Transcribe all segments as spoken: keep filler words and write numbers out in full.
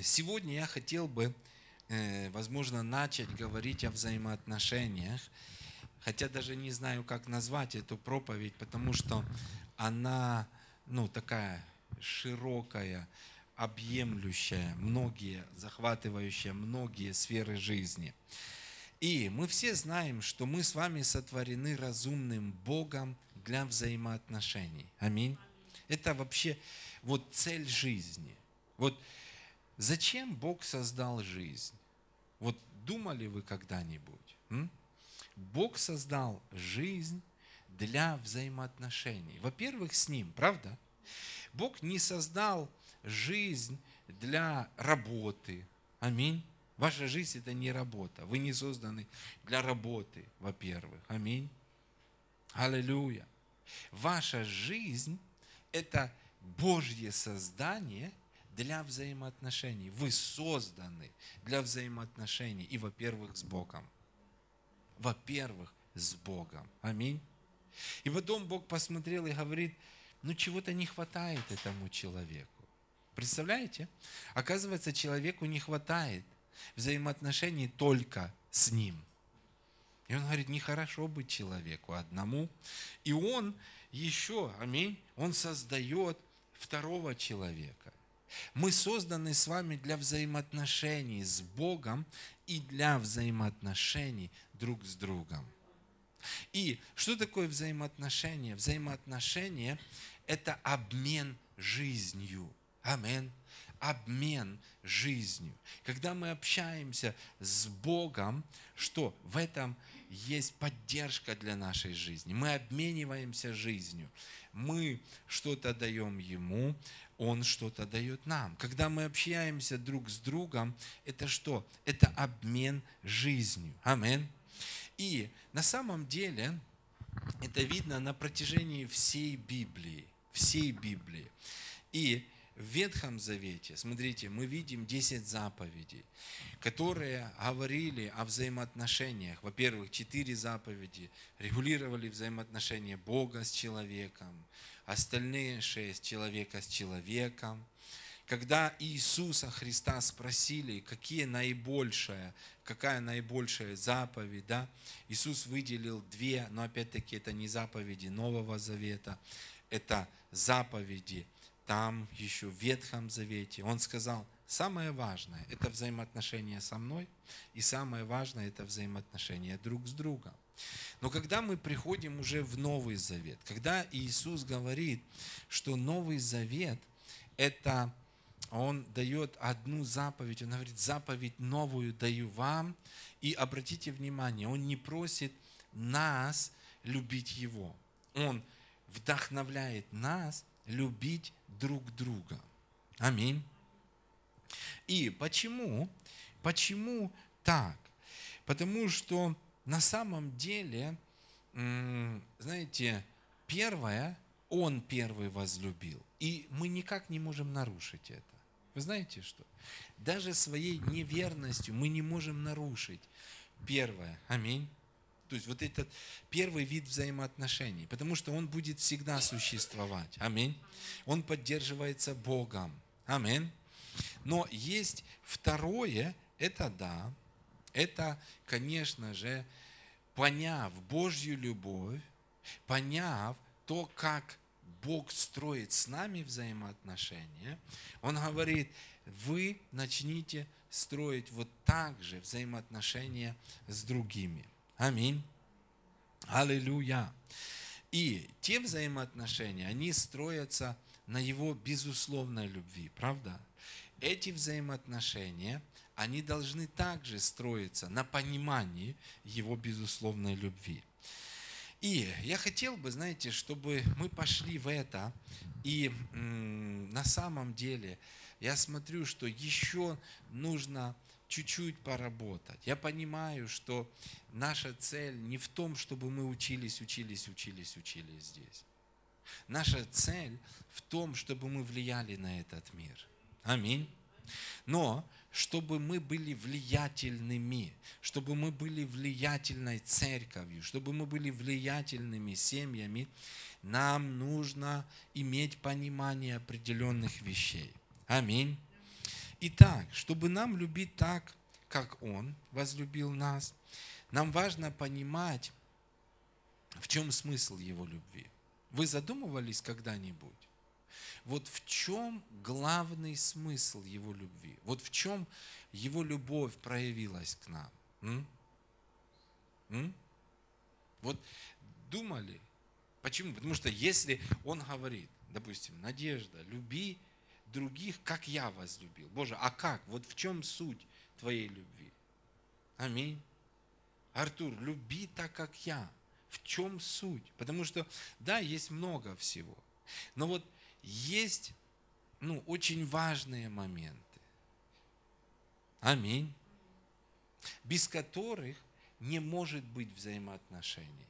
Сегодня я хотел бы, возможно, начать говорить о взаимоотношениях, хотя даже не знаю, как назвать эту проповедь, потому что она, ну, такая широкая, объемлющая, многие, захватывающая многие сферы жизни. И мы все знаем, что мы с вами сотворены разумным Богом для взаимоотношений. Аминь. Это вообще вот цель жизни. Вот зачем Бог создал жизнь? Вот думали вы когда-нибудь? М? Бог создал жизнь для взаимоотношений. Во-первых, с Ним, правда? Бог не создал жизнь для работы. Аминь. Ваша жизнь – это не работа. Вы не созданы для работы, во-первых. Аминь. Аллилуйя. Ваша жизнь – это Божье создание для взаимоотношений. Вы созданы для взаимоотношений. И, во-первых, с Богом. Во-первых, с Богом. Аминь. И потом Бог посмотрел и говорит, ну чего-то не хватает этому человеку. Представляете? Оказывается, человеку не хватает взаимоотношений только с Ним. И он говорит, нехорошо быть человеку одному. И он еще, аминь, он создает второго человека. Мы созданы с вами для взаимоотношений с Богом и для взаимоотношений друг с другом. И что такое взаимоотношения? Взаимоотношения – это обмен жизнью. Аминь. Обмен жизнью. Когда мы общаемся с Богом, что в этом есть поддержка для нашей жизни. Мы обмениваемся жизнью. Мы что-то даем Ему, Он что-то дает нам. Когда мы общаемся друг с другом, это что? Это обмен жизнью. Аминь. И на самом деле это видно на протяжении всей Библии. Всей Библии. И в Ветхом Завете, смотрите, мы видим десять заповедей, которые говорили о взаимоотношениях. Во-первых, четыре заповеди регулировали взаимоотношения Бога с человеком, остальные шесть человека с человеком. Когда Иисуса Христа спросили, какие наибольшая, какая наибольшая заповедь, да, Иисус выделил две, но опять-таки это не заповеди Нового Завета, это заповеди там еще в Ветхом Завете. Он сказал, самое важное – это взаимоотношения со мной, и самое важное – это взаимоотношения друг с другом. Но когда мы приходим уже в Новый Завет, когда Иисус говорит, что Новый Завет – это Он дает одну заповедь, Он говорит, заповедь новую даю вам. И обратите внимание, Он не просит нас любить Его. Он вдохновляет нас любить друг друга. Аминь. И почему? Почему так? Потому что на самом деле, знаете, первое, Он первый возлюбил. И мы никак не можем нарушить это. Вы знаете что? Даже своей неверностью мы не можем нарушить. Первое. Аминь. То есть вот этот первый вид взаимоотношений. Потому что он будет всегда существовать. Аминь. Он поддерживается Богом. Аминь. Но есть второе, это да, это, конечно же, поняв Божью любовь, поняв то, как Бог строит с нами взаимоотношения, Он говорит, вы начните строить вот так же взаимоотношения с другими. Аминь. Аллилуйя. И те взаимоотношения, они строятся на Его безусловной любви, правда? Эти взаимоотношения, они должны также строиться на понимании Его безусловной любви. И я хотел бы, знаете, чтобы мы пошли в это, и м, на самом деле я смотрю, что еще нужно чуть-чуть поработать. Я понимаю, что наша цель не в том, чтобы мы учились, учились, учились, учились здесь. Наша цель в том, чтобы мы влияли на этот мир. Аминь. Но чтобы мы были влиятельными, чтобы мы были влиятельной церковью, чтобы мы были влиятельными семьями, нам нужно иметь понимание определенных вещей. Аминь. Итак, чтобы нам любить так, как Он возлюбил нас, нам важно понимать, в чем смысл Его любви. Вы задумывались когда-нибудь? Вот в чем главный смысл Его любви? Вот в чем Его любовь проявилась к нам? М? М? Вот думали? Почему? Потому что если Он говорит, допустим, Надежда, люби других, как я возлюбил. Боже, а как? Вот в чем суть твоей любви? Аминь. Артур, люби так, как я. В чем суть? Потому что, да, есть много всего. Но вот есть, ну, очень важные моменты. Аминь. Без которых не может быть взаимоотношений.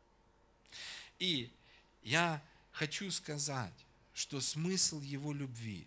И я хочу сказать, что смысл Его любви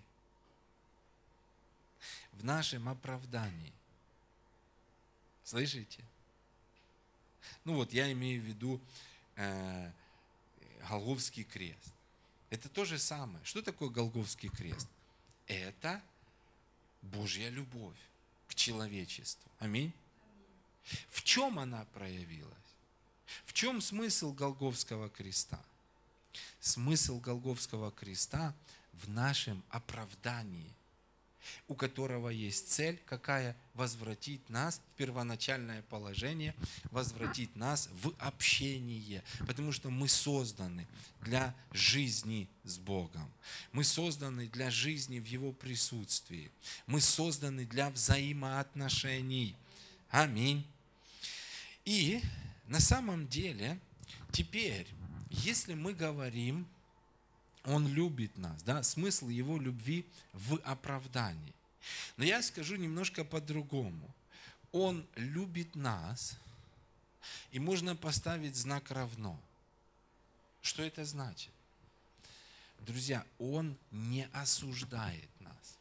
в нашем оправдании. Слышите? Ну вот я имею в виду э, Голгофский крест. Это то же самое. Что такое Голгофский крест? Это Божья любовь к человечеству. Аминь. В чем она проявилась? В чем смысл Голгофского креста? Смысл Голгофского креста в нашем оправдании, у которого есть цель, какая? Возвратить нас в первоначальное положение, возвратить нас в общение, потому что мы созданы для жизни с Богом. Мы созданы для жизни в Его присутствии. Мы созданы для взаимоотношений. Аминь. И на самом деле, теперь, если мы говорим, Он любит нас, да, смысл Его любви в оправдании. Но я скажу немножко по-другому. Он любит нас, и можно поставить знак равно. Что это значит? Друзья, Он не осуждает нас.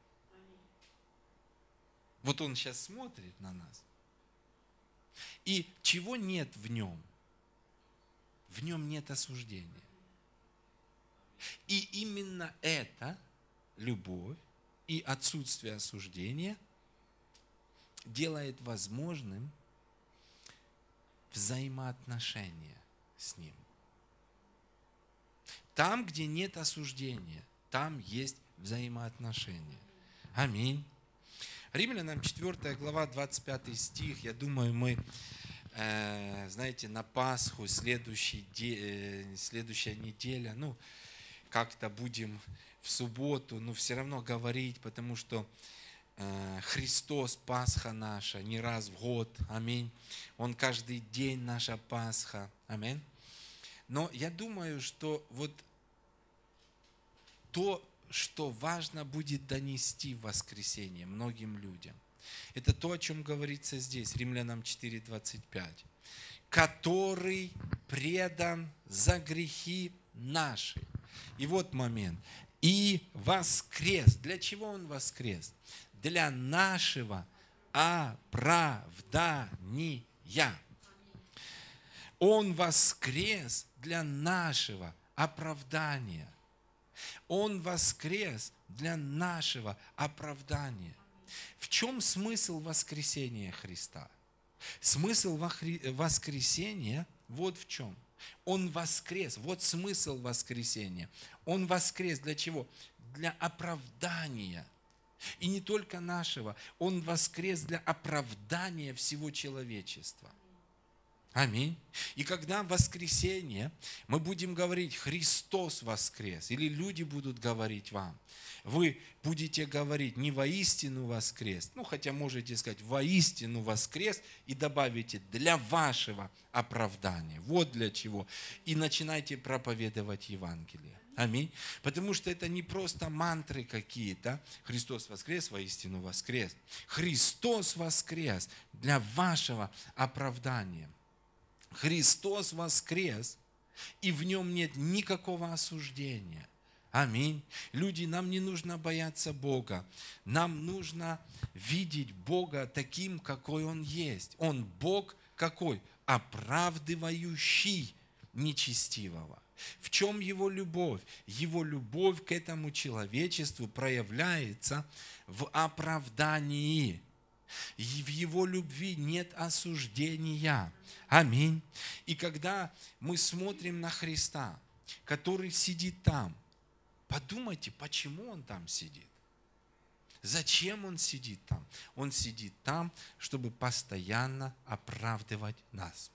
Вот Он сейчас смотрит на нас. И чего нет в Нем? В Нем нет осуждения. И именно эта любовь и отсутствие осуждения делает возможным взаимоотношения с Ним. Там, где нет осуждения, там есть взаимоотношения. Аминь. Римлянам четвёртая глава, двадцать пятый стих. Я думаю, мы, э, знаете, на Пасху, следующий де, э, следующая неделя, ну, как-то будем в субботу, но все равно говорить, потому что э, Христос, Пасха наша, не раз в год, аминь. Он каждый день наша Пасха, аминь. Но я думаю, что вот то, что важно будет донести в воскресенье многим людям, это то, о чем говорится здесь, Римлянам четыре, двадцать пять. Который предан за грехи наши. И вот момент. И воскрес. Для чего Он воскрес? Для нашего оправдания. Он воскрес для нашего оправдания. Он воскрес для нашего оправдания. В чем смысл воскресения Христа? Смысл воскресения вот в чем. Он воскрес. Вот смысл воскресения. Он воскрес для чего? Для оправдания. И не только нашего. Он воскрес для оправдания всего человечества. Аминь. И когда в воскресенье мы будем говорить «Христос воскрес», или люди будут говорить вам, вы будете говорить не «воистину воскрес», ну хотя можете сказать «воистину воскрес» и добавите «для вашего оправдания». Вот для чего. И начинайте проповедовать Евангелие. Аминь. Потому что это не просто мантры какие-то. Христос воскрес, воистину воскрес. Христос воскрес для вашего оправдания. Христос воскрес, и в Нем нет никакого осуждения. Аминь. Люди, нам не нужно бояться Бога. Нам нужно видеть Бога таким, какой Он есть. Он Бог какой? Оправдывающий нечестивого. В чем его любовь? Его любовь к этому человечеству проявляется в оправдании. И в его любви нет осуждения. Аминь. И когда мы смотрим на Христа, который сидит там, подумайте, почему он там сидит? Зачем он сидит там? Он сидит там, чтобы постоянно оправдывать нас.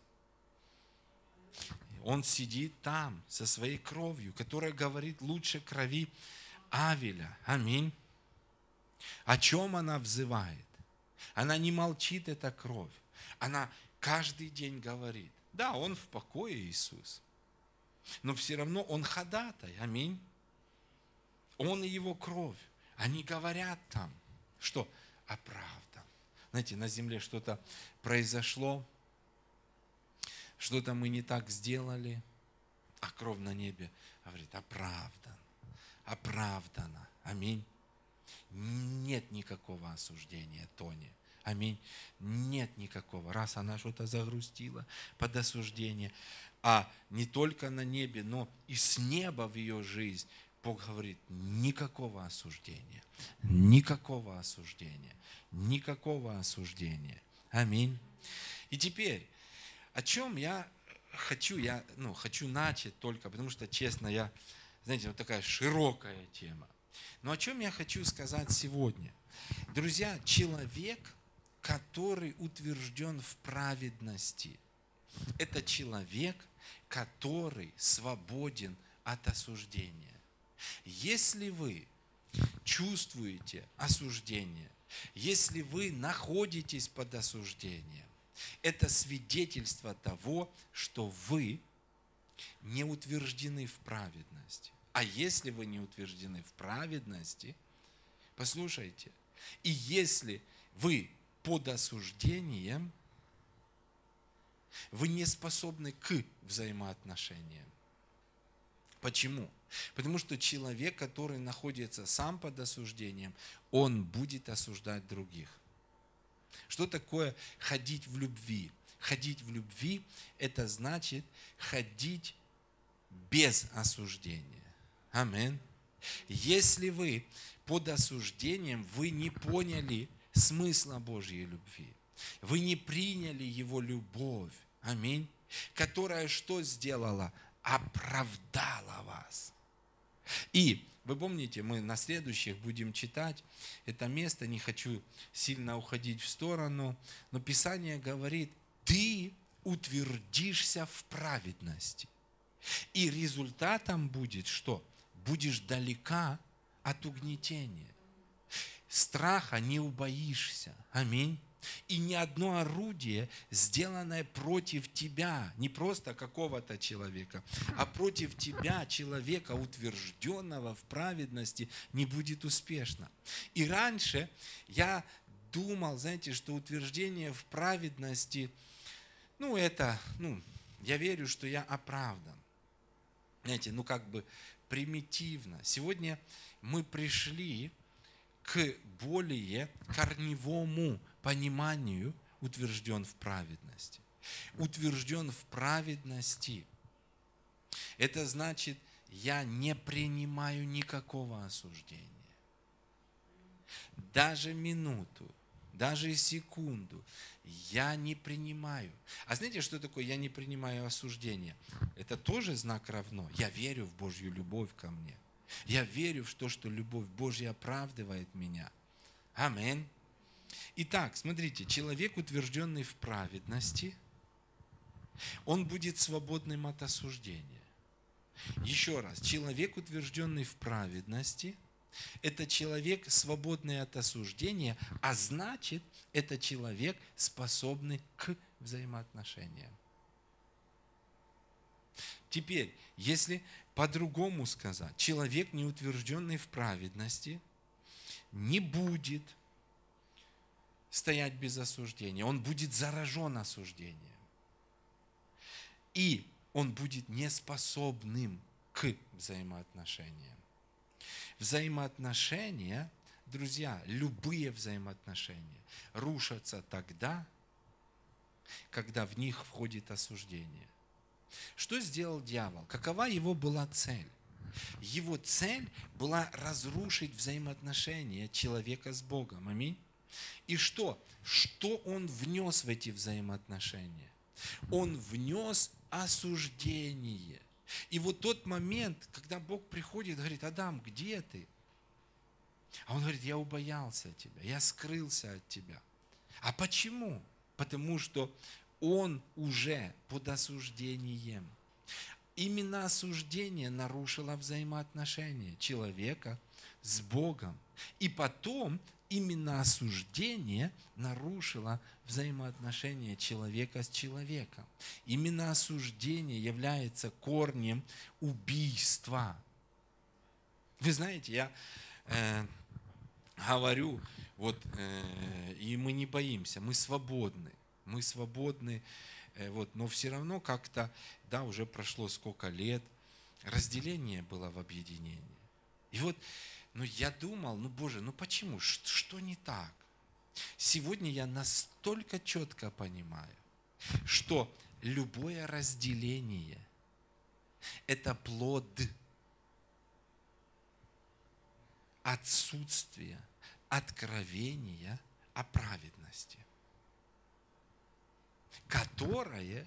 Он сидит там со своей кровью, которая говорит лучше крови Авеля. Аминь. О чем она взывает? Она не молчит, эта кровь. Она каждый день говорит. Да, он в покое, Иисус. Но все равно он ходатай. Аминь. Он и его кровь. Они говорят там, что оправдан. Знаете, на земле что-то произошло, что-то мы не так сделали, а кровь на небе говорит, оправдан, оправдано. Аминь. Нет никакого осуждения, Тони. Аминь. Нет никакого. Раз она что-то загрустила под осуждение, а не только на небе, но и с неба в ее жизнь, Бог говорит, никакого осуждения, никакого осуждения, никакого осуждения. Аминь. И теперь, о чем я хочу, я ну, хочу начать только, потому что, честно, я, знаете, вот такая широкая тема. Но о чем я хочу сказать сегодня? Друзья, человек, который утвержден в праведности, это человек, который свободен от осуждения. Если вы чувствуете осуждение, если вы находитесь под осуждением, это свидетельство того, что вы не утверждены в праведности. А если вы не утверждены в праведности, послушайте, и если вы под осуждением, вы не способны к взаимоотношениям. Почему? Потому что человек, который находится сам под осуждением, он будет осуждать других. Что такое ходить в любви? Ходить в любви – это значит ходить без осуждения. Аминь. Если вы под осуждением, вы не поняли смысла Божьей любви. Вы не приняли Его любовь. Аминь. Которая что сделала? Оправдала вас. И вы помните, мы на следующих будем читать это место, не хочу сильно уходить в сторону, но Писание говорит, ты утвердишься в праведности. И результатом будет что? Будешь далека от угнетения. Страха не убоишься. Аминь. И ни одно орудие, сделанное против тебя, не просто какого-то человека, а против тебя, человека, утвержденного в праведности, не будет успешно. И раньше я думал, знаете, что утверждение в праведности, ну это, ну, я верю, что я оправдан. Знаете, ну как бы примитивно. Сегодня мы пришли к более корневому пониманию утвержден в праведности. Утвержден в праведности. Это значит, я не принимаю никакого осуждения. Даже минуту, даже секунду я не принимаю. А знаете, что такое я не принимаю осуждения? Это тоже знак равно. Я верю в Божью любовь ко мне. Я верю в то, что любовь Божья оправдывает меня. Аминь. Итак, смотрите, человек, утвержденный в праведности, он будет свободным от осуждения. Еще раз, человек, утвержденный в праведности, это человек, свободный от осуждения, а значит, это человек, способный к взаимоотношениям. Теперь, если по-другому сказать, человек, не утвержденный в праведности, не будет стоять без осуждения. Он будет заражен осуждением. И он будет неспособным к взаимоотношениям. Взаимоотношения, друзья, любые взаимоотношения рушатся тогда, когда в них входит осуждение. Что сделал дьявол? Какова его была цель? Его цель была разрушить взаимоотношения человека с Богом. Аминь. И что? Что он внес в эти взаимоотношения? Он внес осуждение. И вот тот момент, когда Бог приходит и говорит: Адам, где ты? А он говорит: я убоялся тебя, я скрылся от тебя. А почему? Потому что он уже под осуждением. Именно осуждение нарушило взаимоотношения человека с Богом. И потом именно осуждение нарушило взаимоотношения человека с человеком. Именно осуждение является корнем убийства. Вы знаете, я э, говорю, вот, э, и мы не боимся, мы свободны. Мы свободны, э, вот, но все равно как-то, да, уже прошло сколько лет, разделение было в объединении. И вот, ну я думал, ну Боже, ну почему, что, что не так? Сегодня я настолько четко понимаю, что любое разделение – это плод отсутствия откровения о праведности, которое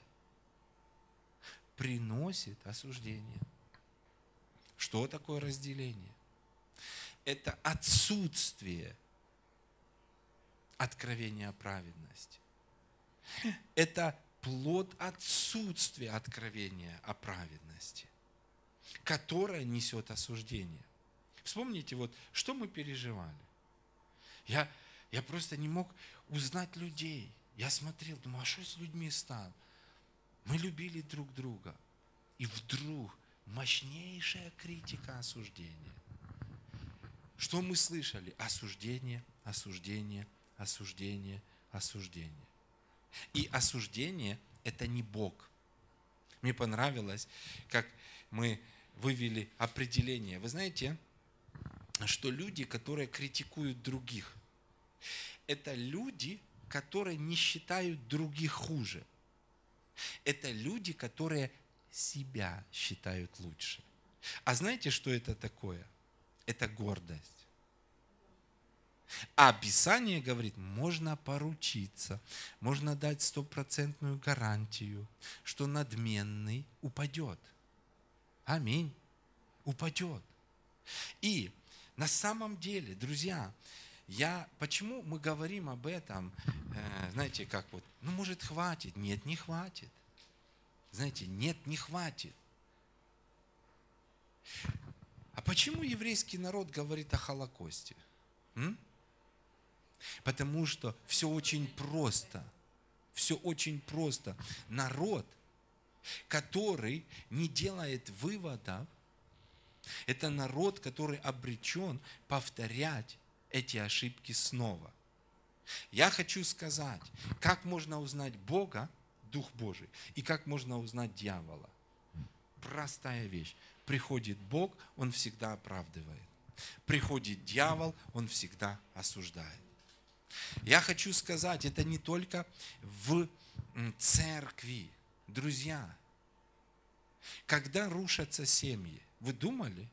приносит осуждение. Что такое разделение? Это отсутствие откровения о праведности. Это плод отсутствия откровения о праведности, которое несет осуждение. Вспомните, вот, что мы переживали. Я, я просто не мог узнать людей. Я смотрел, думал, а что с людьми стало? Мы любили друг друга. И вдруг мощнейшая критика осуждения. Что мы слышали? Осуждение, осуждение, осуждение, осуждение. И осуждение – это не Бог. Мне понравилось, как мы вывели определение. Вы знаете, что люди, которые критикуют других, это люди, которые не считают других хуже. Это люди, которые себя считают лучше. А знаете, что это такое? Это гордость. А Писание говорит, можно поручиться, можно дать стопроцентную гарантию, что надменный упадет. Аминь. Упадет. И на самом деле, друзья, я, почему мы говорим об этом, э, знаете, как вот, ну, может, хватит? Нет, не хватит. Знаете, нет, не хватит. А почему еврейский народ говорит о Холокосте? М? Потому что все очень просто. Все очень просто. Народ, который не делает выводов, это народ, который обречен повторять эти ошибки снова. Я хочу сказать, как можно узнать Бога, Дух Божий, и как можно узнать дьявола. Простая вещь. Приходит Бог, Он всегда оправдывает. Приходит дьявол, он всегда осуждает. Я хочу сказать, это не только в церкви. Друзья, когда рушатся семьи, вы думали?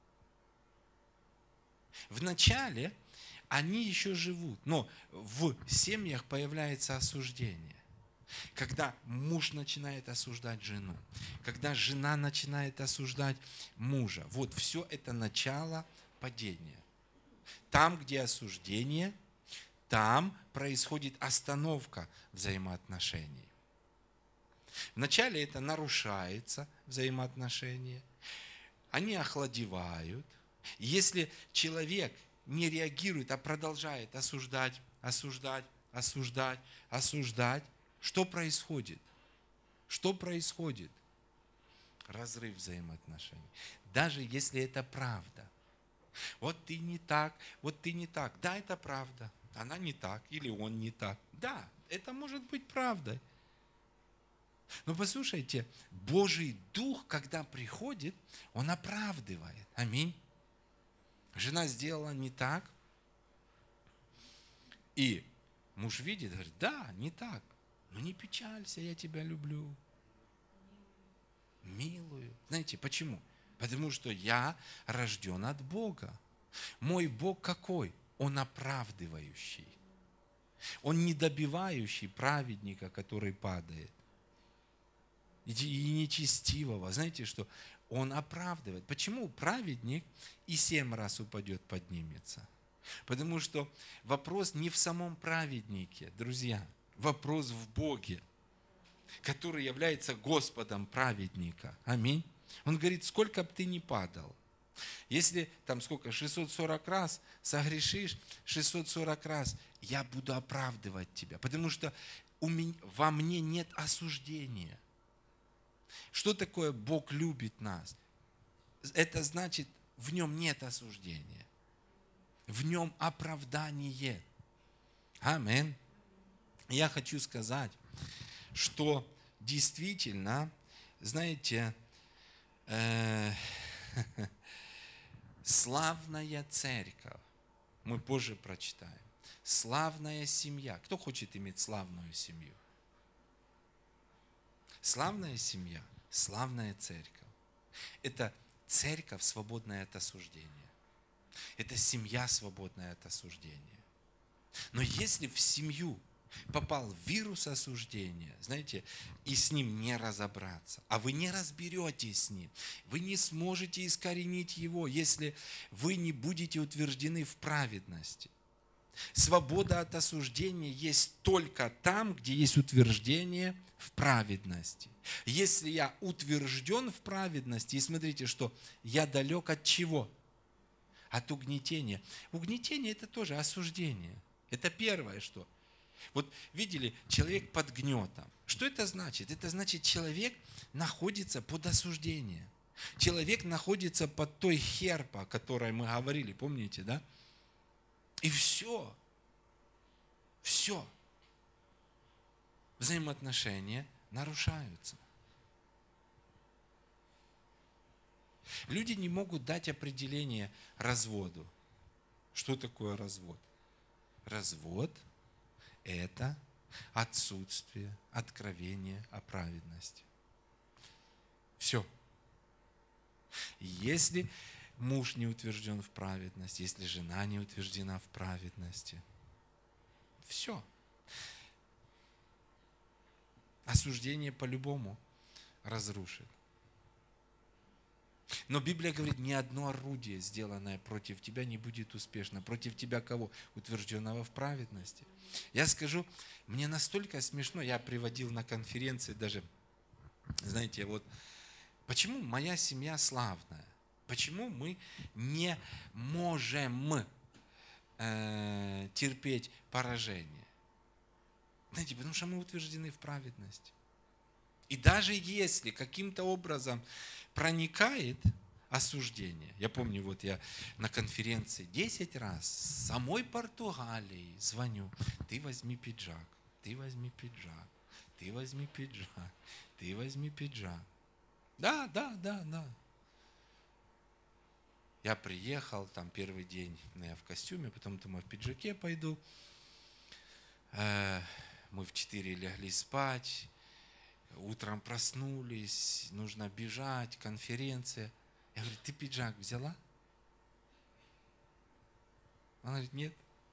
Вначале они еще живут, но в семьях появляется осуждение. Когда муж начинает осуждать жену, когда жена начинает осуждать мужа. Вот все это начало падения. Там, где осуждение, там происходит остановка взаимоотношений. Вначале это нарушается, взаимоотношения. Они охладевают. Если человек не реагирует, а продолжает осуждать, осуждать, осуждать, осуждать, что происходит? Что происходит? Разрыв взаимоотношений. Даже если это правда. Вот ты не так, вот ты не так. Да, это правда. Она не так, или он не так. Да, это может быть правдой. Но послушайте, Божий Дух, когда приходит, Он оправдывает. Аминь. Жена сделала не так. И муж видит, говорит, да, не так. Но не печалься, я тебя люблю. Милую. Знаете, почему? Потому что я рожден от Бога. Мой Бог какой? Он оправдывающий. Он не добивающий праведника, который падает. И нечестивого. Знаете что? Он оправдывает. Почему праведник и семь раз упадет, поднимется? Потому что вопрос не в самом праведнике, друзья. Вопрос в Боге, который является Господом праведника. Аминь. Он говорит, сколько бы ты ни падал. Если там сколько, шестьсот сорок раз согрешишь, шестьсот сорок раз, я буду оправдывать тебя. Потому что у меня, во мне нет осуждения. Что такое Бог любит нас? Это значит, в нем нет осуждения. В нем оправдание. Аминь. Я хочу сказать, что действительно, знаете, э, славная церковь, мы позже прочитаем, славная семья. Кто хочет иметь славную семью? Славная семья, славная церковь. Это церковь, свободная от осуждения. Это семья, свободная от осуждения. Но если в семью попал вирус осуждения, знаете, и с ним не разобраться, а вы не разберетесь с ним, вы не сможете искоренить его, если вы не будете утверждены в праведности. Свобода от осуждения есть только там, где есть утверждение в праведности. Если я утвержден в праведности, и смотрите, что я далек от чего? От угнетения. Угнетение – это тоже осуждение. Это первое, что. Вот видели, человек под гнетом. Что это значит? Это значит, человек находится под осуждением. Человек находится под той херпа, о которой мы говорили, помните, да? И все. Все. Взаимоотношения нарушаются. Люди не могут дать определение разводу. Что такое развод? Развод – это отсутствие откровения о праведности. Все. Если муж не утвержден в праведности, если жена не утверждена в праведности, все. Осуждение по-любому разрушит. Но Библия говорит, ни одно орудие, сделанное против тебя, не будет успешно. Против тебя кого? Утвержденного в праведности. Я скажу, мне настолько смешно, я приводил на конференции даже, знаете, вот, почему моя семья славная? Почему мы не можем э, терпеть поражение? Знаете, потому что мы утверждены в праведности. И даже если каким-то образом проникает осуждение. Я помню, вот я на конференции десять раз с самой Португалии звоню. Ты возьми пиджак, ты возьми пиджак, ты возьми пиджак, ты возьми пиджак. Да, да, да, да. Я приехал, там первый день я в костюме, потом думаю, в пиджаке пойду. Мы в четыре легли спать. Утром проснулись, нужно бежать, конференция. Я говорю, ты пиджак взяла? Она говорит, нет.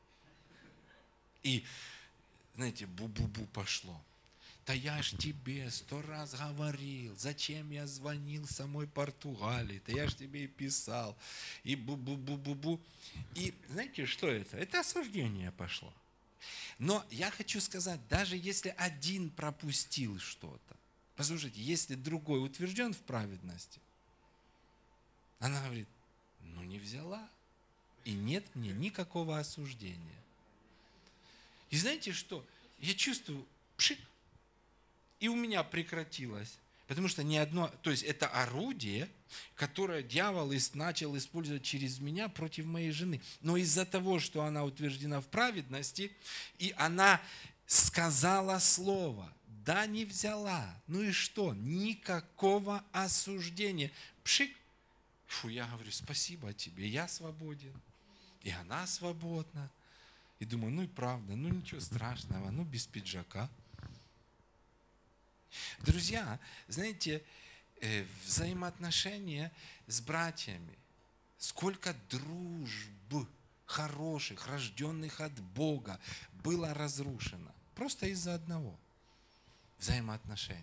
И, знаете, бу-бу-бу пошло. Да я ж тебе сто раз говорил, зачем я звонил самой Португалии, да я ж тебе и писал, и бу-бу-бу-бу-бу. И знаете, что это? Это осуждение пошло. Но я хочу сказать, даже если один пропустил что-то, послушайте, если другой утвержден в праведности, она говорит, ну не взяла, и нет мне никакого осуждения. И знаете что? Я чувствую, пшик, и у меня прекратилось. Потому что ни одно, то есть это орудие, которое дьявол начал использовать через меня против моей жены. Но из-за того, что она утверждена в праведности, и она сказала слово, да, не взяла. Ну и что? Никакого осуждения. Пшик. Фу, я говорю, спасибо тебе, я свободен. И она свободна. И думаю, ну и правда, ну ничего страшного, ну без пиджака. Друзья, знаете, взаимоотношения с братьями. Сколько дружб хороших, рожденных от Бога, было разрушено. Просто из-за одного. Взаимоотношения.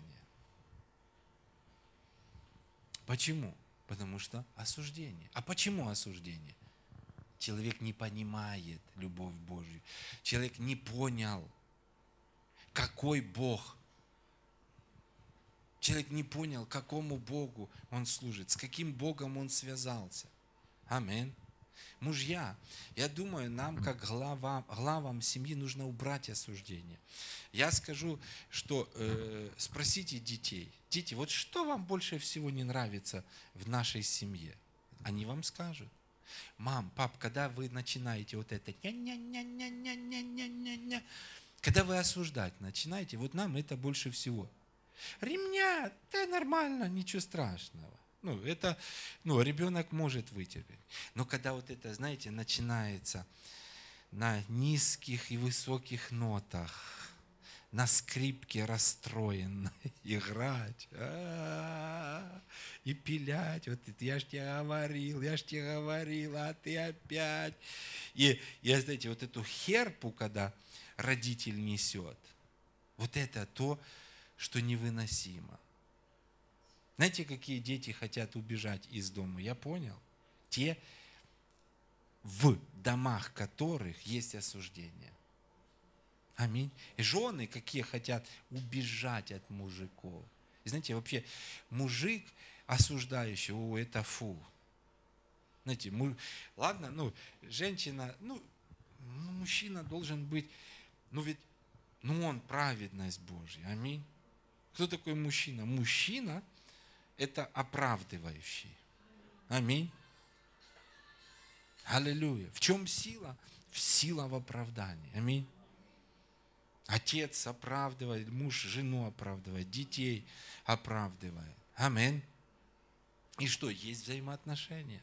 Почему? Потому что осуждение. А почему осуждение? Человек не понимает любовь Божью. Человек не понял, какой Бог. Человек не понял, какому Богу он служит, с каким Богом он связался. Аминь. Мужья, я думаю, нам, как главам, главам семьи, нужно убрать осуждение. Я скажу, что э, спросите детей. Дети, вот что вам больше всего не нравится в нашей семье? Они вам скажут. Мам, пап, когда вы начинаете вот это, ня-ня-ня-ня-ня-ня-ня-ня, когда вы осуждать начинаете, вот нам это больше всего. Ремня, да нормально, ничего страшного. Ну, это, ну, ребенок может вытерпеть. Но когда вот это, знаете, начинается на низких и высоких нотах, на скрипке расстроенно играть и пилять. Вот это, я ж тебе говорил, я ж тебе говорил, а ты опять. И, и, знаете, вот эту херпу, когда родитель несет, вот это то, что невыносимо. Знаете, какие дети хотят убежать из дома? Я понял. Те, в домах которых есть осуждение. Аминь. И жены, какие хотят убежать от мужиков. И знаете, вообще, мужик осуждающий, о, это фу. Знаете, му... ладно, ну, женщина, ну, мужчина должен быть, ну ведь, ну он праведность Божья. Аминь. Кто такой мужчина? Мужчина – это оправдывающий. Аминь. Аллилуйя. В чем сила? Сила в оправдании. Аминь. Отец оправдывает, муж жену оправдывает, детей оправдывает. Аминь. И что? Есть взаимоотношения.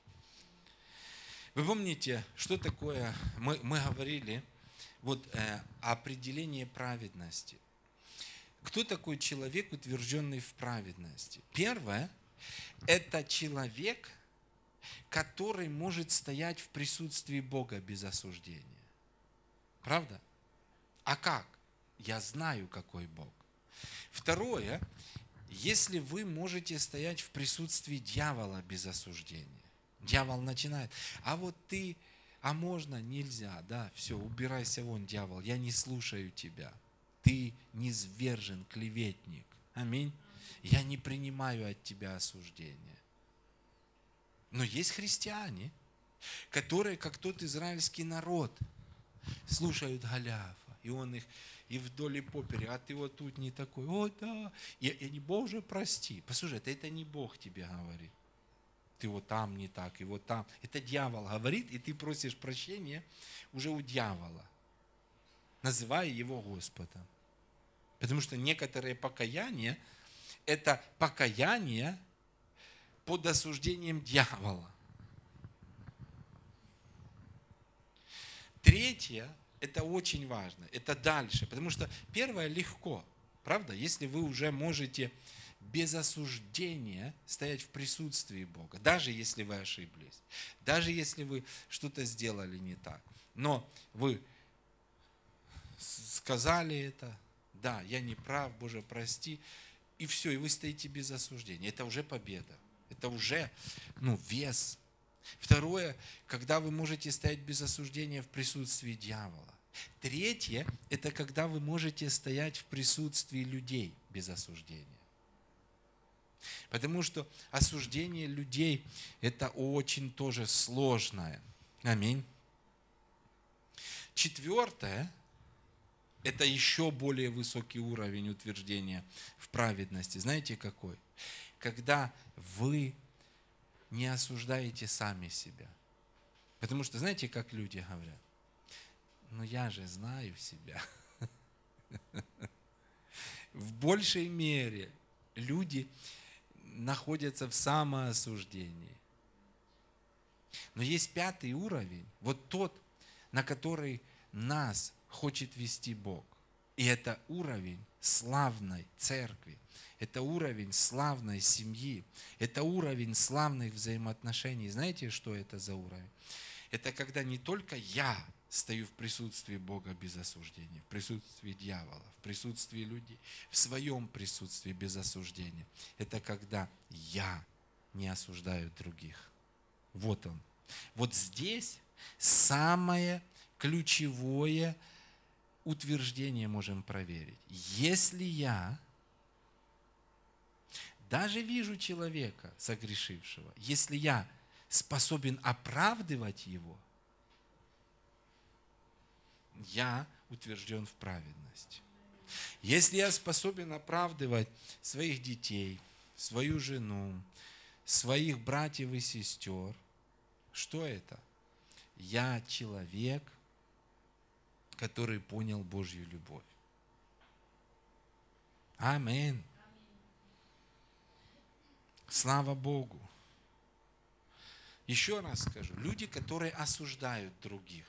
Вы помните, что такое, мы, мы говорили, вот э, определение праведности. Кто такой человек, утвержденный в праведности? Первое, это человек, который может стоять в присутствии Бога без осуждения. Правда? А как? Я знаю, какой Бог. Второе, если вы можете стоять в присутствии дьявола без осуждения. Дьявол начинает, а вот ты, а можно, нельзя, да, все, убирайся вон, дьявол, я не слушаю тебя. Ты низвержен, клеветник. Аминь. Я не принимаю от тебя осуждения. Но есть христиане, которые, как тот израильский народ, слушают Голиафа. И он их и вдоль и поперек, а ты вот тут не такой. О, да. И, и они, Боже, прости. Послушай, это, это не Бог тебе говорит. Ты вот там не так, и вот там. Это дьявол говорит, и ты просишь прощения уже у дьявола, называя его Господом. Потому что некоторые покаяния – это покаяние под осуждением дьявола. Третье – это очень важно, это дальше. Потому что первое легко, правда? Если вы уже можете без осуждения стоять в присутствии Бога, даже если вы ошиблись, даже если вы что-то сделали не так. Но вы сказали это, да, я не прав, Боже, прости, и все, и вы стоите без осуждения. Это уже победа, это уже, ну, вес. Второе, когда вы можете стоять без осуждения в присутствии дьявола. Третье, это когда вы можете стоять в присутствии людей без осуждения. Потому что осуждение людей – это очень тоже сложное. Аминь. Четвертое – это еще более высокий уровень утверждения в праведности. Знаете какой? Когда вы не осуждаете сами себя. Потому что, знаете, как люди говорят? Ну я же знаю себя. В большей мере люди находятся в самоосуждении. Но есть пятый уровень, вот тот, на который нас хочет вести Бог. И И это уровень славной церкви. Это уровень славной семьи. Это уровень славных взаимоотношений. Знаете, что это за уровень? Это когда не только я стою в присутствии Бога без осуждения, в присутствии дьявола, в присутствии людей, в своем присутствии без осуждения. Это когда я не осуждаю других. Вот он. Вот здесь самое ключевое утверждение можем проверить. Если я даже вижу человека согрешившего, если я способен оправдывать его, я утвержден в праведности. Если я способен оправдывать своих детей, свою жену, своих братьев и сестер, что это? Я человек, который понял Божью любовь. Аминь. Слава Богу. Еще раз скажу, люди, которые осуждают других,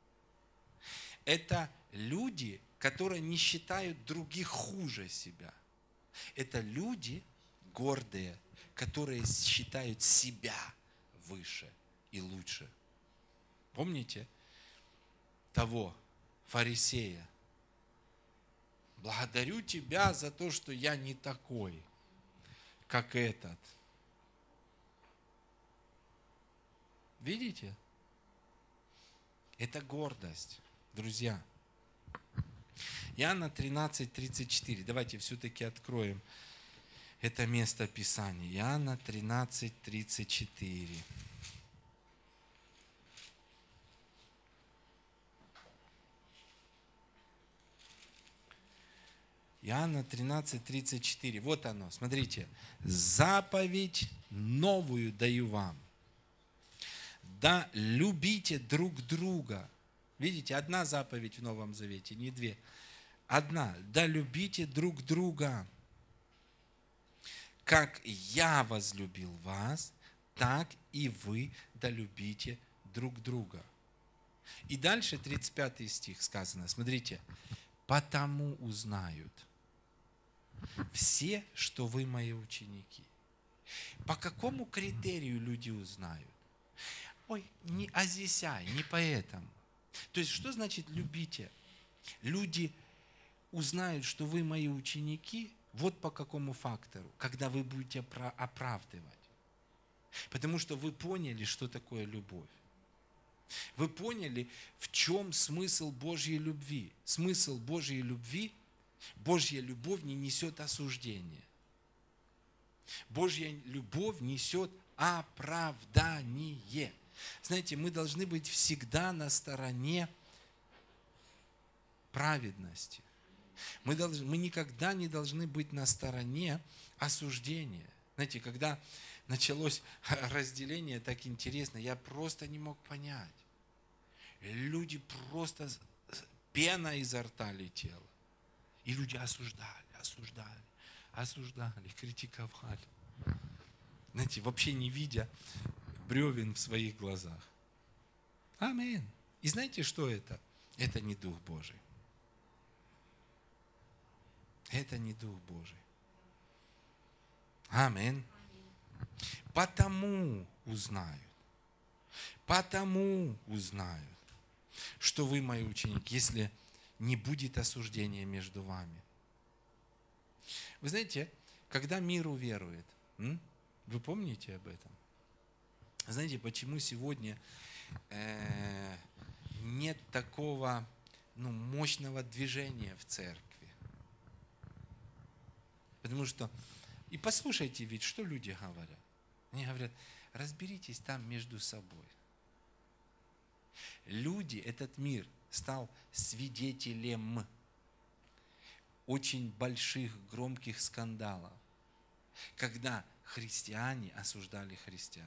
это люди, которые не считают других хуже себя. Это люди гордые, которые считают себя выше и лучше. Помните того фарисея? Благодарю тебя за то, что я не такой, как этот. Видите? Это гордость, друзья. Иоанна тринадцать тридцать четыре. Давайте все-таки откроем это место Писания. Иоанна тринадцать тридцать четыре. Иоанна тринадцать тридцать четыре. Вот оно, смотрите. Заповедь новую даю вам. Да любите друг друга. Видите, одна заповедь в Новом Завете, не две. Одна. Да любите друг друга. Как я возлюбил вас, так и вы да любите друг друга. И дальше тридцать пятый стих сказано. Смотрите. Потому узнают все, что вы мои ученики. По какому критерию люди узнают? Ой, не азисяй, не поэтому. То есть, что значит любите? Люди узнают, что вы мои ученики, вот по какому фактору, когда вы будете оправдывать. Потому что вы поняли, что такое любовь. Вы поняли, в чем смысл Божьей любви. Смысл Божьей любви, Божья любовь не несет осуждения. Божья любовь несет оправдание. Знаете, мы должны быть всегда на стороне праведности. Мы, должны, мы никогда не должны быть на стороне осуждения. Знаете, когда началось разделение, так интересно, я просто не мог понять. Люди просто, пена изо рта летела. И люди осуждали, осуждали, осуждали, критиковали. Знаете, вообще не видя бревен в своих глазах. Аминь. И знаете, что это? Это не Дух Божий. Это не Дух Божий. Аминь. Потому узнают. Потому узнают, что вы мои ученики, если не будет осуждения между вами. Вы знаете, когда мир уверует, вы помните об этом? Знаете, почему сегодня э, нет такого ну, мощного движения в церкви? Потому что, и послушайте ведь, что люди говорят. Они говорят, разберитесь там между собой. Люди, этот мир стал свидетелем очень больших, громких скандалов, когда христиане осуждали христиан.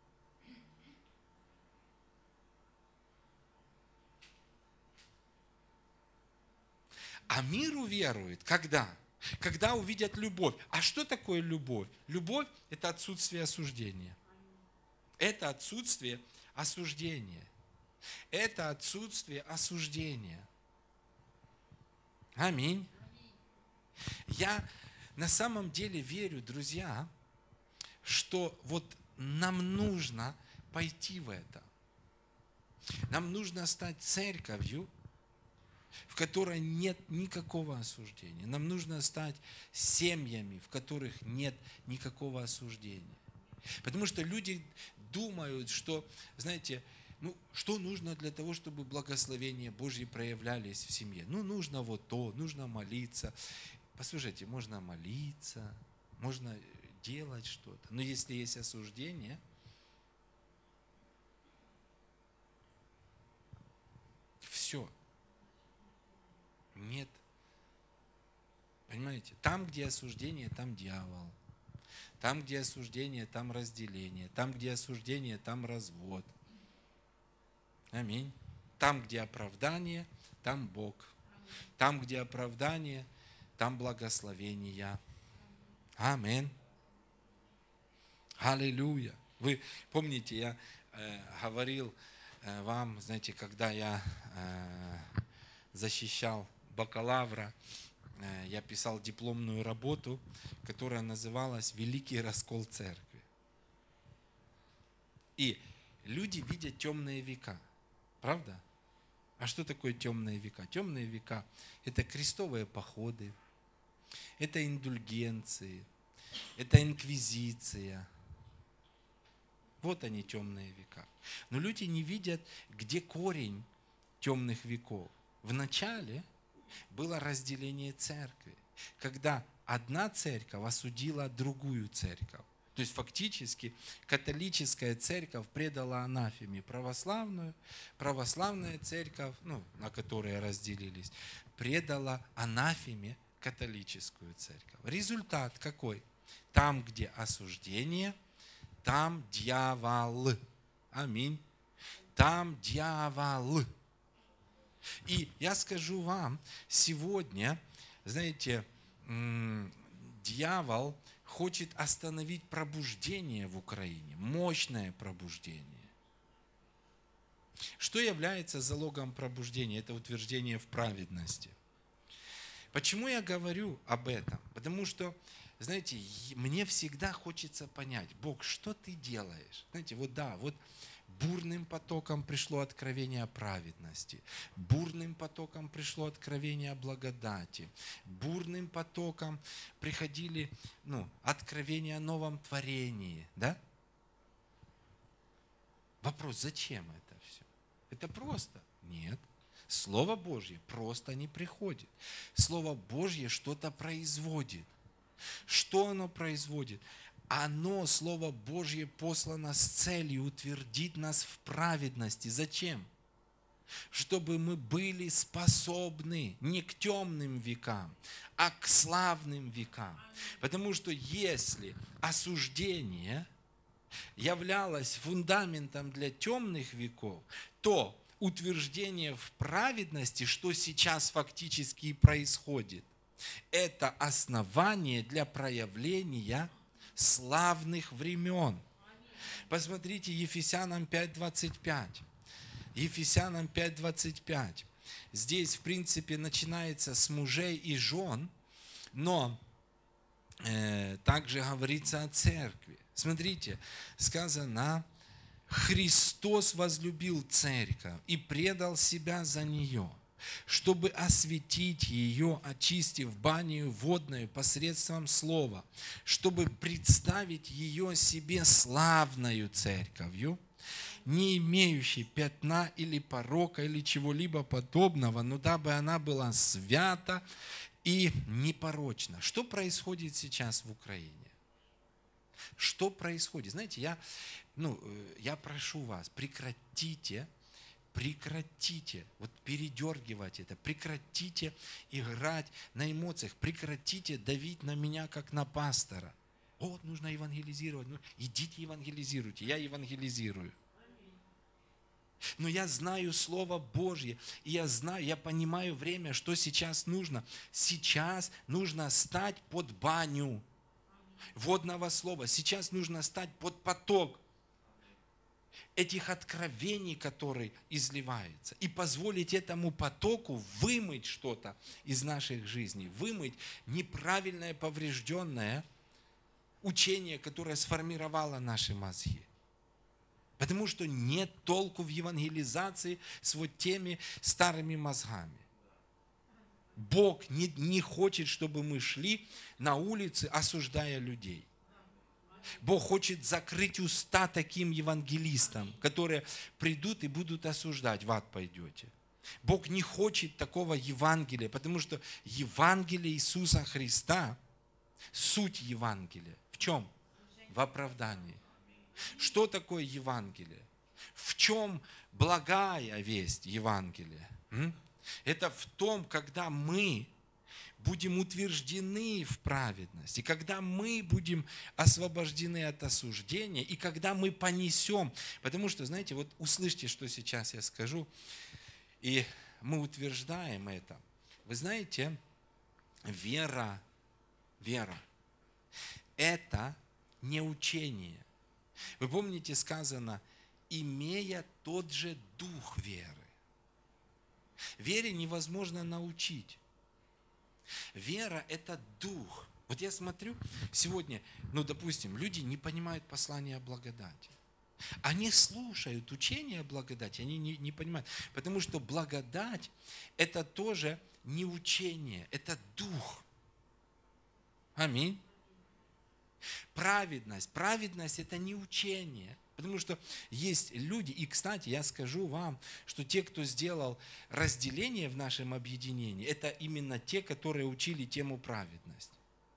А мир уверует, когда? Когда увидят любовь. А что такое любовь? Любовь – это отсутствие осуждения. Это отсутствие осуждения. Это отсутствие осуждения. Аминь. Я на самом деле верю, друзья, что вот нам нужно пойти в это. Нам нужно стать церковью, в которой нет никакого осуждения. Нам нужно стать семьями, в которых нет никакого осуждения. Потому что люди думают, что, знаете, ну, что нужно для того, чтобы благословения Божьи проявлялись в семье? Ну, нужно вот то, нужно молиться. Послушайте, можно молиться, можно делать что-то. Но если есть осуждение, все. Нет. Понимаете? Там, где осуждение, там дьявол. Там, где осуждение, там разделение. Там, где осуждение, там развод. Аминь. Там, где оправдание, там Бог. Там, где оправдание, там благословение. Аминь. Аллилуйя. Вы помните, я э, говорил э, вам, знаете, когда я э, защищал бакалавра, э, я писал дипломную работу, которая называлась «Великий раскол церкви». И люди видят темные века. Правда? А что такое темные века? Темные века – это крестовые походы, это индульгенции, это инквизиция. Вот они, темные века. Но люди не видят, где корень темных веков. Вначале было разделение церкви, когда одна церковь осудила другую церковь. То есть фактически католическая церковь предала анафеме православную, православная церковь, ну, на которой разделились, предала анафеме католическую церковь. Результат какой? Там, где осуждение, там дьявол. Аминь. Там дьявол. И я скажу вам, сегодня, знаете, дьявол хочет остановить пробуждение в Украине, мощное пробуждение. Что является залогом пробуждения? Это утверждение в праведности. Почему я говорю об этом? Потому что, знаете, мне всегда хочется понять, Бог, что ты делаешь? Знаете, вот да, вот бурным потоком пришло откровение о праведности, бурным потоком пришло откровение о благодати, бурным потоком приходили, ну, откровения о новом творении, да? Вопрос, зачем это все? Это просто? Нет. Слово Божье просто не приходит. Слово Божье что-то производит. Что оно производит? Оно, Слово Божье, послано с целью утвердить нас в праведности. Зачем? Чтобы мы были способны не к темным векам, а к славным векам. Потому что если осуждение являлось фундаментом для темных веков, то утверждение в праведности, что сейчас фактически и происходит, это основание для проявления славных времен. Посмотрите, Ефесянам пять двадцать пять. Ефесянам пять двадцать пять. Здесь, в принципе, начинается с мужей и жен, но э, также говорится о церкви. Смотрите, сказано, Христос возлюбил церковь и предал себя за нее, чтобы осветить ее, очистив банию водную посредством слова, чтобы представить ее себе славною церковью, не имеющей пятна или порока или чего-либо подобного, но дабы она была свята и непорочна. Что происходит сейчас в Украине? Что происходит? Знаете, я, ну, я прошу вас, прекратите Прекратите вот передергивать это, прекратите играть на эмоциях, прекратите давить на меня, как на пастора. Вот, нужно евангелизировать. Ну, идите евангелизируйте, я евангелизирую. Но я знаю Слово Божье, и я знаю, я понимаю время, что сейчас нужно. Сейчас нужно стать под баню водного слова. Сейчас нужно стать под поток. этих откровений, которые изливаются, и позволить этому потоку вымыть что-то из наших жизней, вымыть неправильное, поврежденное учение, которое сформировало наши мозги. Потому что нет толку в евангелизации с вот теми старыми мозгами. Бог не, не хочет, чтобы мы шли на улицы, осуждая людей. Бог хочет закрыть уста таким евангелистам, которые придут и будут осуждать, в ад пойдете. Бог не хочет такого Евангелия, потому что Евангелие Иисуса Христа, суть Евангелия, в чем? В оправдании. Что такое Евангелие? В чем благая весть Евангелия? Это в том, когда мы будем утверждены в праведности, когда мы будем освобождены от осуждения, и когда мы понесем, потому что, знаете, вот услышьте, что сейчас я скажу, и мы утверждаем это. Вы знаете, вера, вера, это не учение. Вы помните, сказано, имея тот же дух веры. Вере невозможно научить. Вера – это дух. Вот я смотрю сегодня, ну, допустим, люди не понимают послания о благодати. Они слушают учение о благодати, они не, не понимают. Потому что благодать – это тоже не учение, это дух. Аминь. Праведность. Праведность – это не учение. Потому что есть люди, и, кстати, я скажу вам, что те, кто сделал разделение в нашем объединении, это именно те, которые учили тему праведность.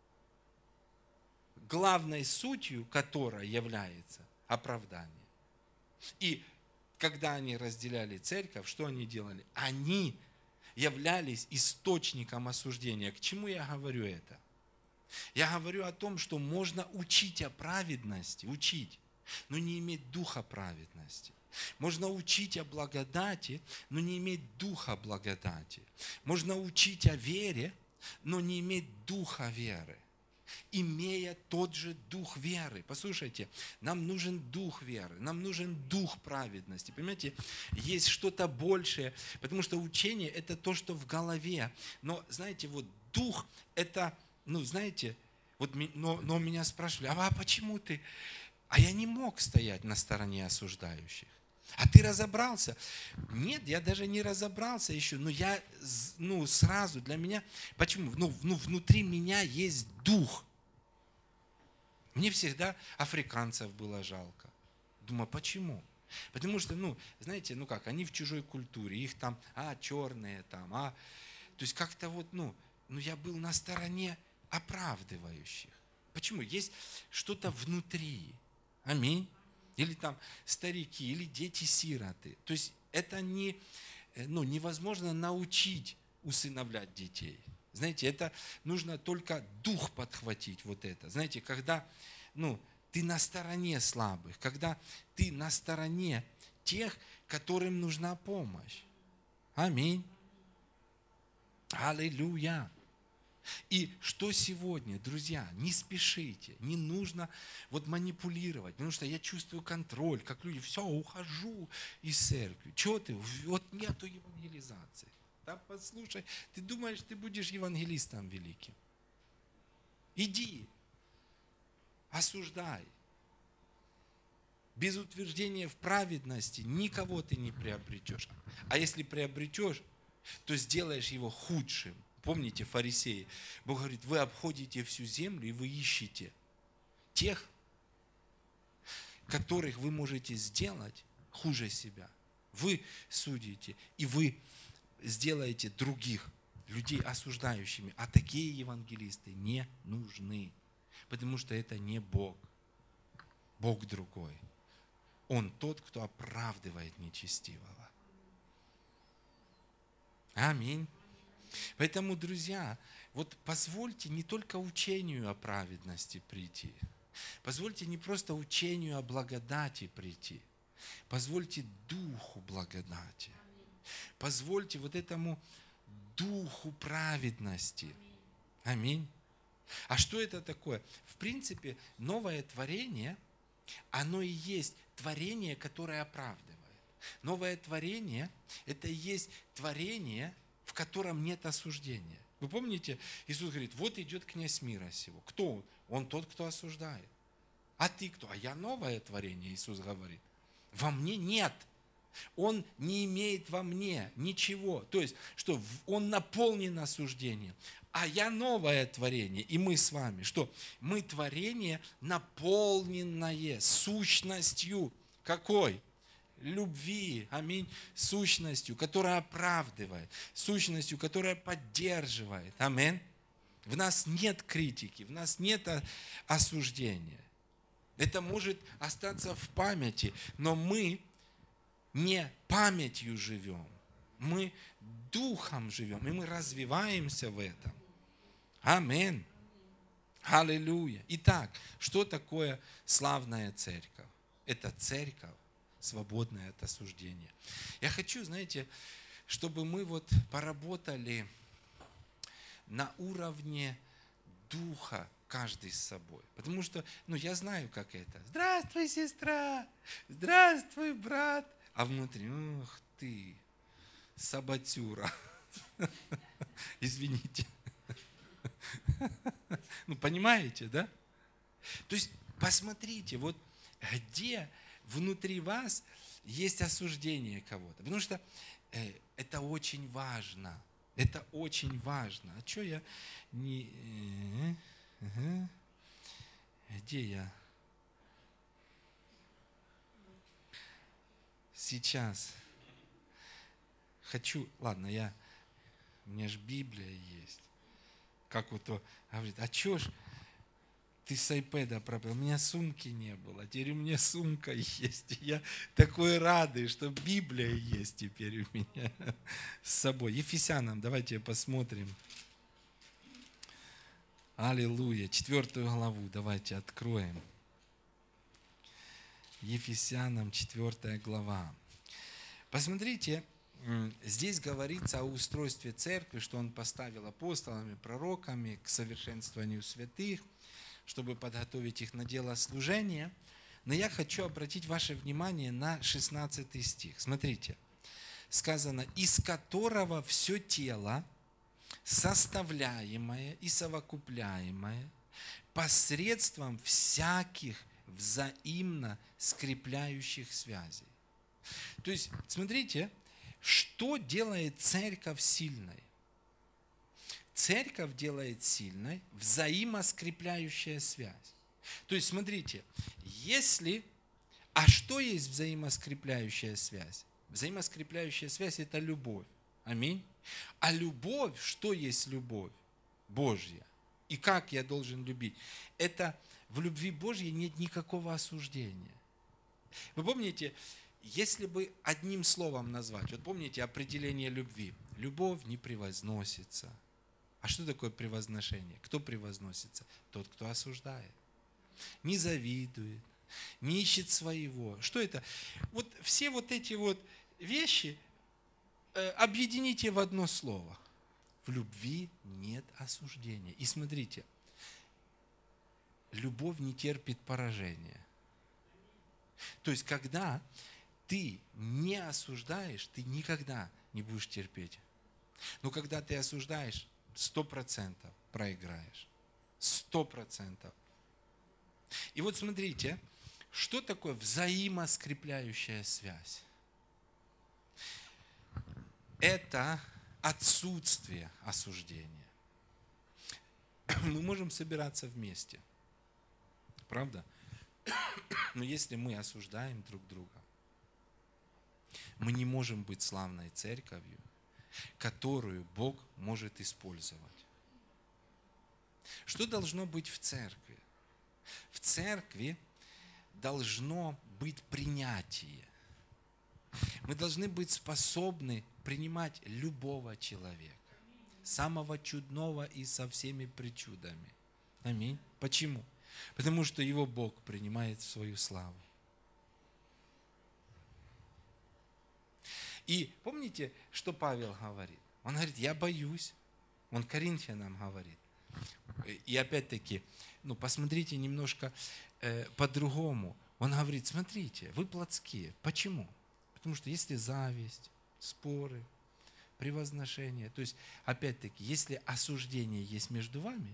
Главной сутью которой является оправдание. И когда они разделяли церковь, что они делали? Они являлись источником осуждения. К чему я говорю это? Я говорю о том, что можно учить о праведности, учить, но не иметь духа праведности. Можно учить о благодати, но не иметь духа благодати. Можно учить о вере, но не иметь духа веры. Имея тот же дух веры. Послушайте, нам нужен дух веры, нам нужен дух праведности. Понимаете, есть что-то большее, потому что учение – это то, что в голове. Но, знаете, вот дух – это, ну, знаете, вот, но, но меня спрашивали, а почему ты? А я не мог стоять на стороне осуждающих. А ты разобрался? Нет, я даже не разобрался еще, но я, ну, сразу для меня, почему? Ну, ну, внутри меня есть дух. Мне всегда африканцев было жалко. Думаю, почему? Потому что, ну, знаете, ну как, они в чужой культуре, их там, а, черные там, а, то есть как-то вот, ну, ну, я был на стороне оправдывающих. Почему? Есть что-то внутри. Аминь. Или там старики, или дети-сироты. То есть это не, ну, невозможно научить усыновлять детей. Знаете, это нужно только дух подхватить вот это. Знаете, когда, ну, ты на стороне слабых, когда ты на стороне тех, которым нужна помощь. Аминь. Аллилуйя. И что сегодня, друзья, не спешите, не нужно вот манипулировать, потому что я чувствую контроль, как люди, все, ухожу из церкви. Чего ты? Вот нету евангелизации. Да, послушай, ты думаешь, ты будешь евангелистом великим? Иди, осуждай. Без утверждения в праведности никого ты не приобретешь. А если приобретешь, то сделаешь его худшим. Помните, фарисеи, Бог говорит, вы обходите всю землю и вы ищете тех, которых вы можете сделать хуже себя. Вы судите, и вы сделаете других людей осуждающими. А такие евангелисты не нужны, потому что это не Бог. Бог другой. Он тот, кто оправдывает нечестивого. Аминь. Поэтому, друзья, вот позвольте не только учению о праведности прийти, позвольте не просто учению о благодати прийти, позвольте духу благодати, позвольте вот этому духу праведности. Аминь. А что это такое? В принципе, новое творение, оно и есть творение, которое оправдывает. Новое творение – это и есть творение, в котором нет осуждения. Вы помните, Иисус говорит, вот идет князь мира сего. Кто он? Он тот, кто осуждает. А ты кто? А я новое творение, Иисус говорит. Во мне нет. Он не имеет во мне ничего. То есть, что он наполнен осуждением. А я новое творение. И мы с вами. Что? Мы творение, наполненное сущностью. Какой? Любви, аминь, сущностью, которая оправдывает, сущностью, которая поддерживает, аминь. В нас нет критики, в нас нет осуждения. Это может остаться в памяти, но мы не памятью живем, мы духом живем, и мы развиваемся в этом. Аминь. Аллилуйя. Итак, что такое славная церковь? Это церковь, свободное от осуждения. Я хочу, знаете, чтобы мы вот поработали на уровне духа каждый с собой. Потому что, ну, я знаю, как это. Здравствуй, сестра! Здравствуй, брат! А внутри, ух ты, саботюра. Извините. Ну, понимаете, да? То есть, посмотрите, вот где внутри вас есть осуждение кого-то. Потому что э, это очень важно. Это очень важно. А что я не... Э, э, где я? Сейчас. Хочу... Ладно, я... У меня же Библия есть. Как вот то говорит, а что ж ты с айпэда пропал? У меня сумки не было, теперь у меня сумка есть. Я такой радый, что Библия есть теперь у меня с собой. Ефесянам, давайте посмотрим. Аллилуйя. Четвертую главу давайте откроем. Ефесянам, четвертая глава. Посмотрите, здесь говорится о устройстве церкви, что он поставил апостолами, пророками к совершенствованию святых, чтобы подготовить их на дело служения. Но я хочу обратить ваше внимание на шестнадцатый стих. Смотрите, сказано, из которого все тело, составляемое и совокупляемое, посредством всяких взаимно скрепляющих связей. То есть, смотрите, что делает церковь сильной? Церковь делает сильной взаимоскрепляющая связь. То есть, смотрите, если... А что есть взаимоскрепляющая связь? Взаимоскрепляющая связь – это любовь. Аминь. А любовь, что есть любовь Божья? И как я должен любить? Это в любви Божьей нет никакого осуждения. Вы помните, если бы одним словом назвать, вот помните определение любви? Любовь не превозносится. А что такое превозношение? Кто превозносится? Тот, кто осуждает. Не завидует, не ищет своего. Что это? Вот все вот эти вот вещи э, объедините в одно слово. В любви нет осуждения. И смотрите, любовь не терпит поражения. То есть, когда ты не осуждаешь, ты никогда не будешь терпеть. Но когда ты осуждаешь, сто процентов проиграешь. Сто процентов. И вот смотрите, что такое взаимоскрепляющая связь? Это отсутствие осуждения. Мы можем собираться вместе. Правда? Но если мы осуждаем друг друга, мы не можем быть славной церковью, которую Бог может использовать. Что должно быть в церкви? В церкви должно быть принятие. Мы должны быть способны принимать любого человека, самого чудного и со всеми причудами. Аминь. Почему? Потому что его Бог принимает в свою славу. И помните, что Павел говорит? Он говорит, я боюсь. Он Коринфянам говорит. И опять-таки, ну, посмотрите немножко э, по-другому. Он говорит, смотрите, вы плотские. Почему? Потому что если зависть, споры, превозношение, то есть, опять-таки, если осуждение есть между вами,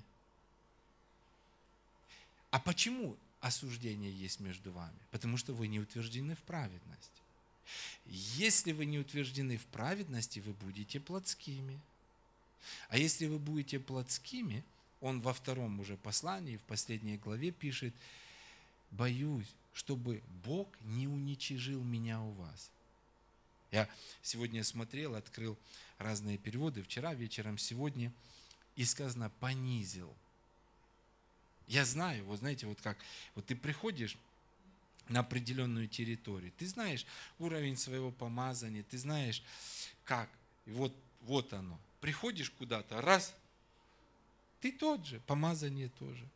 а почему осуждение есть между вами? Потому что вы не утверждены в праведности. Если вы не утверждены в праведности, вы будете плотскими. А если вы будете плотскими, он во втором уже послании, в последней главе пишет, боюсь, чтобы Бог не уничижил меня у вас. Я сегодня смотрел, открыл разные переводы, вчера вечером, сегодня, и сказано «понизил». Я знаю, вот знаете, вот как, вот ты приходишь на определенную территорию, ты знаешь уровень своего помазания, ты знаешь, как, и вот, вот оно. Приходишь куда-то, раз, ты тот же, помазание тоже.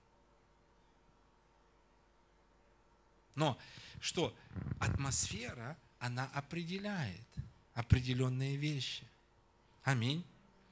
Но что? Атмосфера, она определяет определенные вещи. Аминь.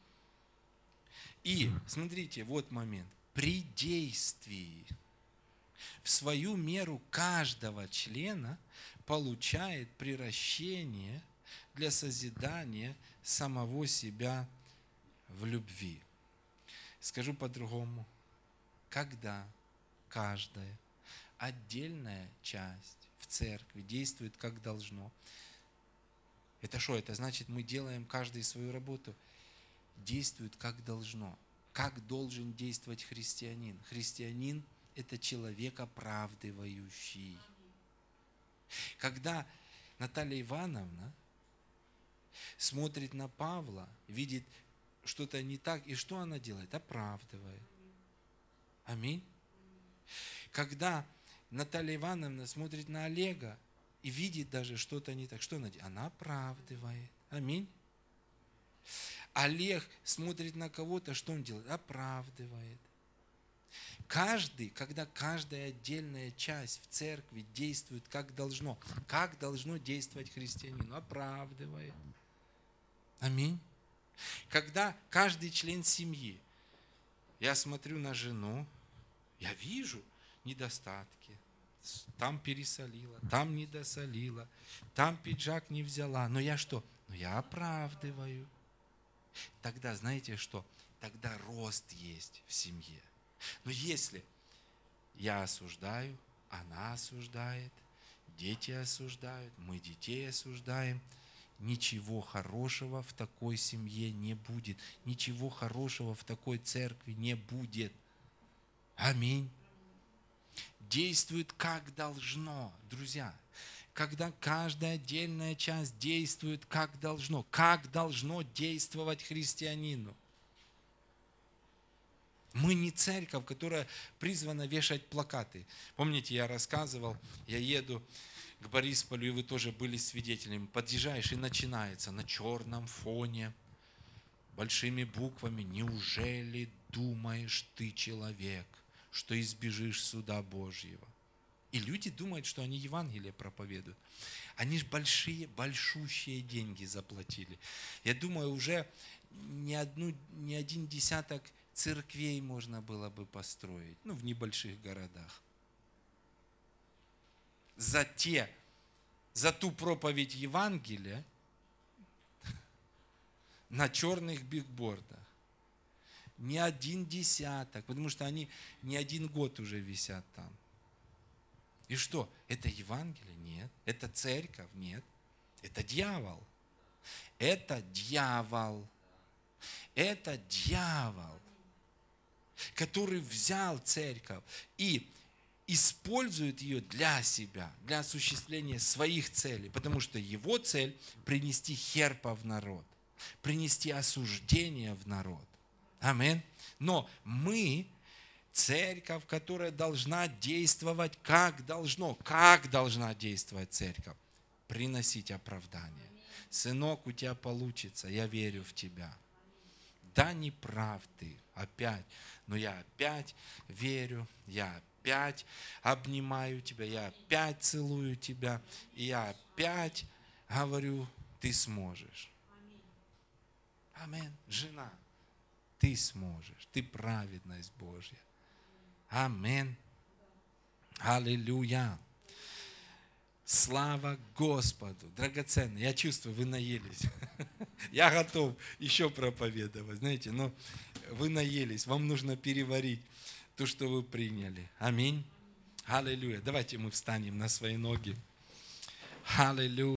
И, смотрите, вот момент. При действии в свою меру каждого члена получает приращение для созидания самого себя в любви. Скажу по-другому. Когда каждая отдельная часть в церкви действует как должно. Это что? Это значит, мы делаем каждый свою работу. Действует как должно. Как должен действовать христианин? Христианин – это человек оправдывающий. Когда Наталья Ивановна смотрит на Павла, видит что-то не так, и что она делает? Оправдывает. Аминь. Когда Наталья Ивановна смотрит на Олега и видит даже что-то не так, что она делает? Она оправдывает. Аминь. Олег смотрит на кого-то, что он делает? Оправдывает. Каждый, когда каждая отдельная часть в церкви действует как должно, как должно действовать христианин, оправдывает. Аминь. Когда каждый член семьи, я смотрю на жену, я вижу недостатки. Там пересолила, там не досолила, там пиджак не взяла. Но я что? Ну я оправдываю. Тогда знаете что? Тогда рост есть в семье. Но если я осуждаю, она осуждает, дети осуждают, мы детей осуждаем, ничего хорошего в такой семье не будет. Ничего хорошего в такой церкви не будет. Аминь. Действует как должно, друзья. Когда каждая отдельная часть действует как должно. Как должно действовать христианину. Мы не церковь, которая призвана вешать плакаты. Помните, я рассказывал, я еду к Борисполю, и вы тоже были свидетелями. Подъезжаешь, и начинается на черном фоне, большими буквами: «Неужели думаешь ты, человек, что избежишь суда Божьего?» И люди думают, что они Евангелие проповедуют. Они же большие, большущие деньги заплатили. Я думаю, уже не, одну, не один десяток церквей можно было бы построить, ну, в небольших городах. За те, за ту проповедь Евангелия на черных бигбордах. Не один десяток, потому что они не один год уже висят там. И что? Это Евангелие? Нет. Это церковь? Нет. Это дьявол. Это дьявол. Это дьявол, который взял церковь и использует ее для себя, для осуществления своих целей, потому что его цель – принести херпа в народ, принести осуждение в народ. Аминь. Но мы церковь, которая должна действовать как должно. Как должна действовать церковь? Приносить оправдание. Сынок, у тебя получится, я верю в тебя. Да, не прав ты опять, но я опять верю, я опять обнимаю тебя, я опять целую тебя, и я опять говорю, ты сможешь. Аминь. Жена, ты сможешь, ты праведность Божья. Аминь. Аллилуйя. Слава Господу! Драгоценно. Я чувствую, вы наелись. Я готов еще проповедовать. Знаете, но вы наелись. Вам нужно переварить то, что вы приняли. Аминь. Аллилуйя. Давайте мы встанем на свои ноги. Аллилуйя.